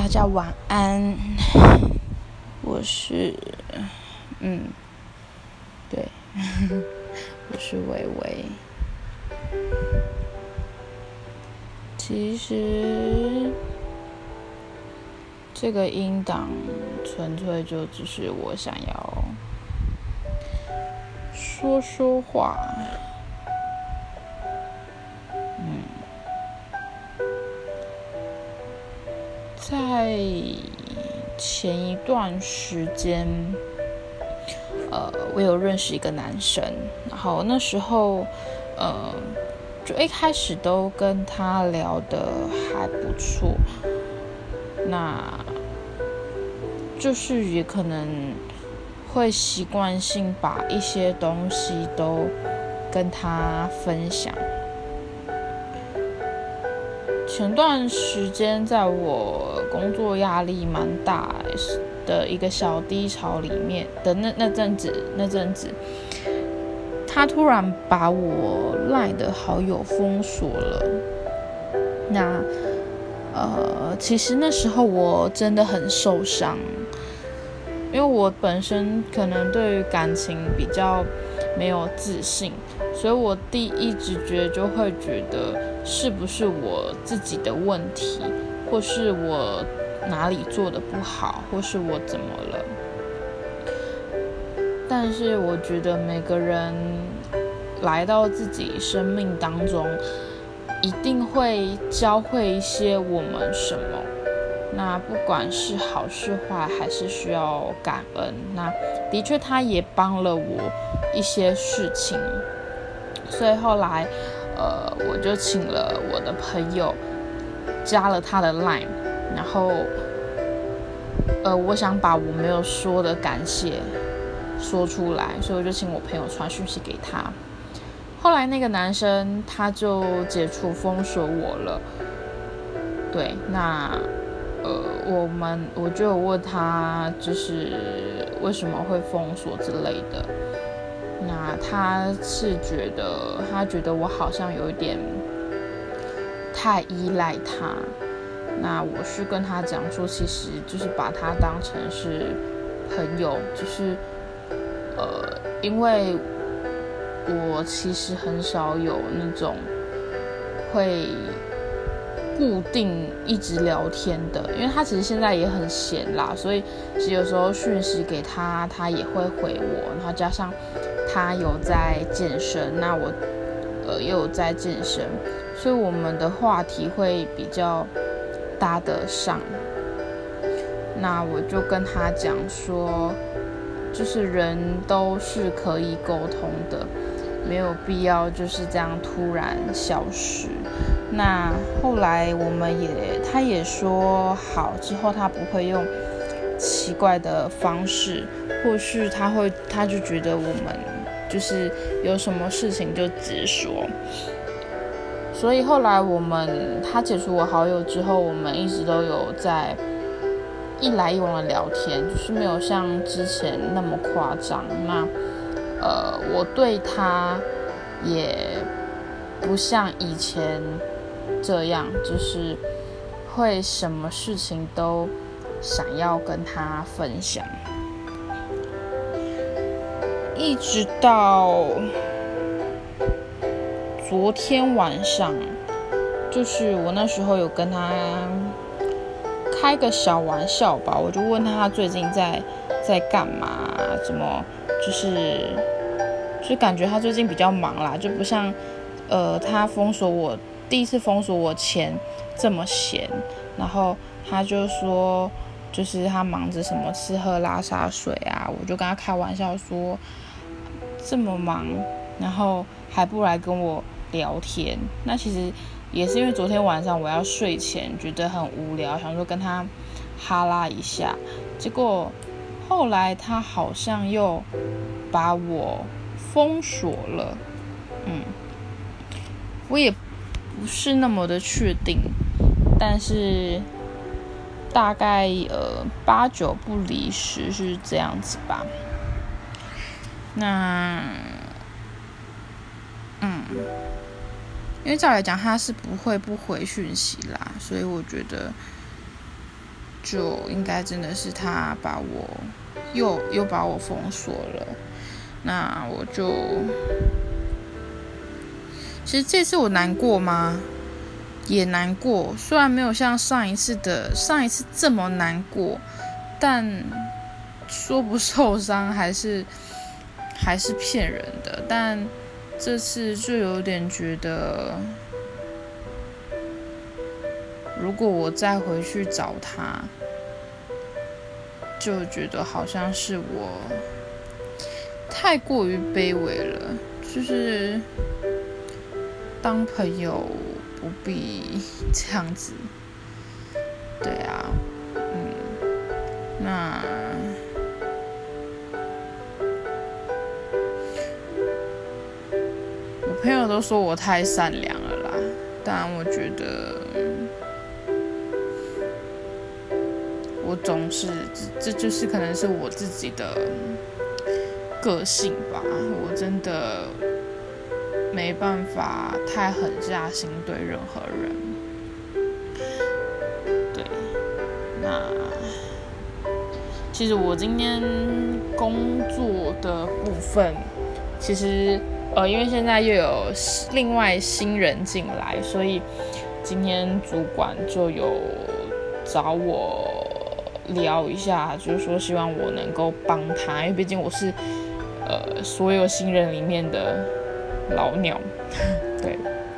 大家晚安，我是，对，我是微微。其实这个音档纯粹就只是我想要说说话，在前一段时间，我有认识一个男生，然后那时候，就一开始都跟他聊得还不错，那就是也可能会习惯性把一些东西都跟他分享。前段时间在我工作压力蛮大的一个小低潮里面的那阵子，他突然把我LINE的好友封锁了。那其实那时候我真的很受伤，因为我本身可能对于感情比较没有自信，所以我第一直觉就会觉得是不是我自己的问题，或是我哪里做得不好，或是我怎么了。但是我觉得每个人来到自己生命当中，一定会教会一些我们什么，那不管是好是坏，还是需要感恩。那的确他也帮了我一些事情，所以后来我就请了我的朋友加了他的 LINE， 然后我想把我没有说的感谢说出来，所以我就请我朋友传讯息给他。后来那个男生他就解除封锁我了，对，那我就有问他就是为什么会封锁之类的，那他觉得我好像有一点太依赖他。那我是跟他讲说，其实就是把他当成是朋友，就是因为我其实很少有那种会固定一直聊天的，因为他其实现在也很闲啦，所以其实有时候讯息给他，他也会回我，然后加上他有在健身，那我也有在健身，所以我们的话题会比较搭得上。那我就跟他讲说，就是人都是可以沟通的，没有必要就是这样突然消失。那后来他也说好，之后他不会用奇怪的方式，或是他就觉得我们就是有什么事情就直说。所以后来他解除我好友之后，我们一直都有在一来一往的聊天，就是没有像之前那么夸张。那我对他也不像以前这样，就是会什么事情都想要跟他分享，一直到昨天晚上，就是我那时候有跟他开个小玩笑吧，我就问他最近在干嘛，怎么就感觉他最近比较忙啦，就不像他第一次封锁我前这么闲。然后他就说就是他忙着什么吃喝拉撒睡啊，我就跟他开玩笑说这么忙，然后还不来跟我聊天。那其实也是因为昨天晚上我要睡前觉得很无聊，想说跟他哈拉一下，结果后来他好像又把我封锁了。我也不是那么的确定，但是大概8、9不离10是这样子吧。那因为照来讲他是不会不回讯息啦，所以我觉得就应该真的是他把我又把我封锁了。那我就，其实这次我难过吗？也难过，虽然没有像上一次这么难过，但说不受伤还是骗人的。但这次就有点觉得，如果我再回去找他，就觉得好像是我太过于卑微了，就是当朋友不必这样子。对啊，那我朋友都说我太善良了啦，但我觉得我总是这就是可能是我自己的个性吧，我真的没办法太狠下心对任何人。对，那其实我今天工作的部分，其实因为现在又有另外新人进来，所以今天主管就有找我聊一下，就是说希望我能够帮他，因为毕竟我是所有新人里面的老鸟，对。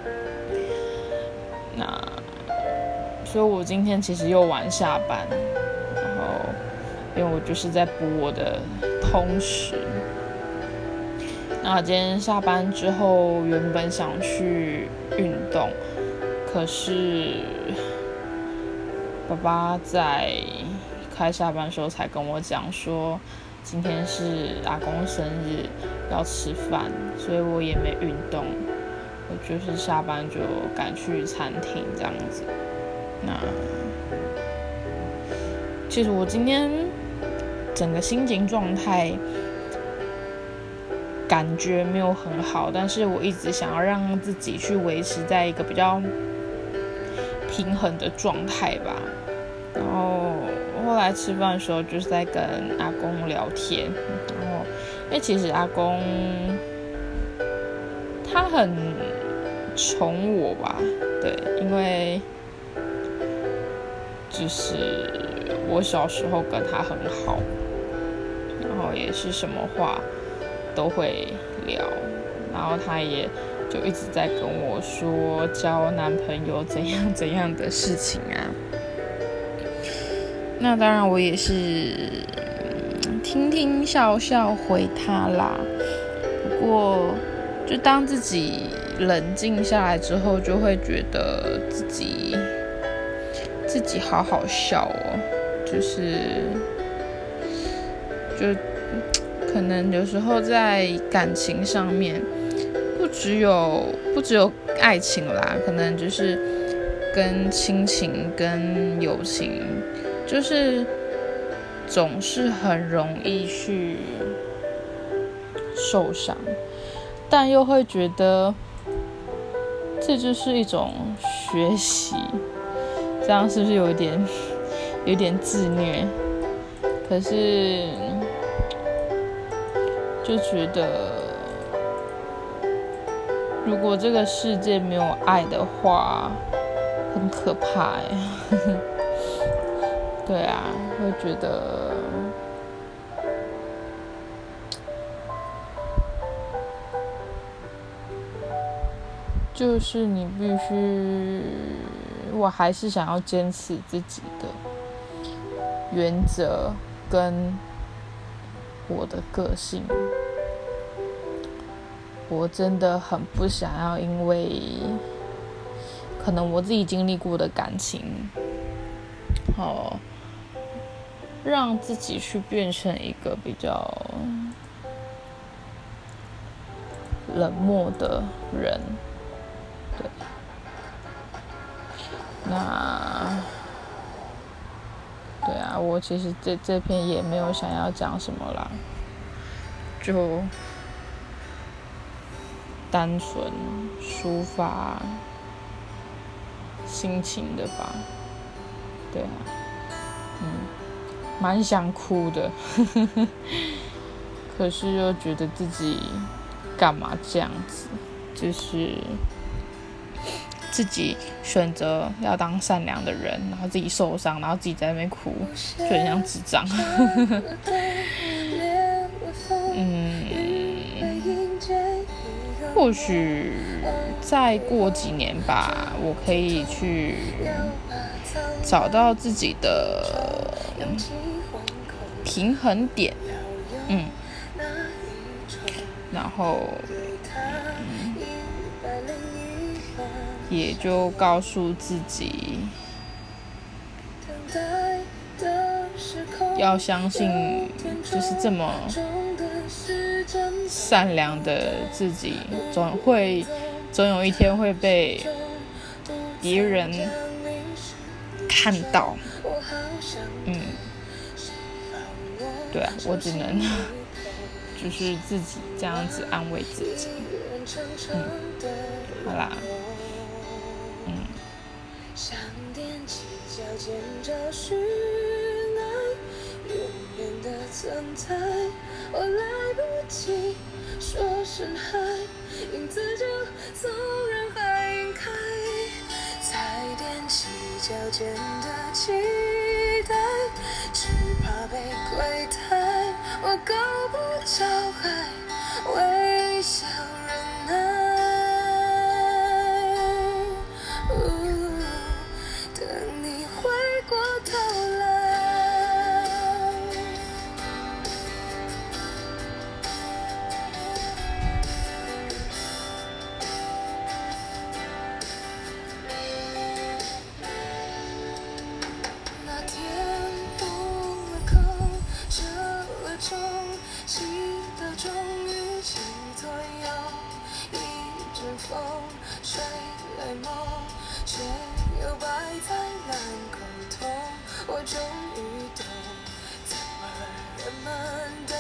那所以我今天其实又晚下班，然后因为我就是在补我的通识。那今天下班之后，原本想去运动，可是爸爸在开下班的时候才跟我讲说，今天是阿公生日，要吃饭，所以我也没运动。我就是下班就赶去餐厅这样子。那其实我今天整个心情状态感觉没有很好，但是我一直想要让自己去维持在一个比较平衡的状态吧。然后后来吃饭的时候就是在跟阿公聊天，然后因为其实阿公他很宠我吧，对，因为就是我小时候跟他很好，然后也是什么话都会聊，然后他也就一直在跟我说交男朋友怎样怎样的事情啊。那当然我也是听听笑笑回他啦。不过就当自己冷静下来之后，就会觉得自己好好笑哦，就可能有时候在感情上面，不只有爱情啦，可能就是跟亲情、跟友情，就是总是很容易去受伤，但又会觉得这就是一种学习，这样是不是有点自虐？可是就觉得，如果这个世界没有爱的话，很可怕耶。对啊，会觉得就是你必须，我还是想要坚持自己的原则跟我的个性。我真的很不想要因为可能我自己经历过的感情，让自己去变成一个比较冷漠的人。对，那对啊，我其实这篇也没有想要讲什么啦，就单纯抒发心情的吧。对啊， 蛮想哭的，可是又觉得自己干嘛这样子，就是自己选择要当善良的人，然后自己受伤，然后自己在那边哭，就很像智障。或许再过几年吧，我可以去找到自己的平衡点，然后也就告诉自己要相信，就是这么善良的自己，总有一天会被别人看到。对啊，我只能就是自己这样子安慰自己。好啦，想踮起脚尖找寻爱永远的存在，我来不及说声嗨，影子就从人海晕开，才踮起脚尖的期待，只怕被亏待，我够不着海，微笑忍耐。等你回过头来，那天封了口，折了中，祈祷终于起作用，一阵风吹来梦，却又摆在烂口痛，我终于懂，怎么人们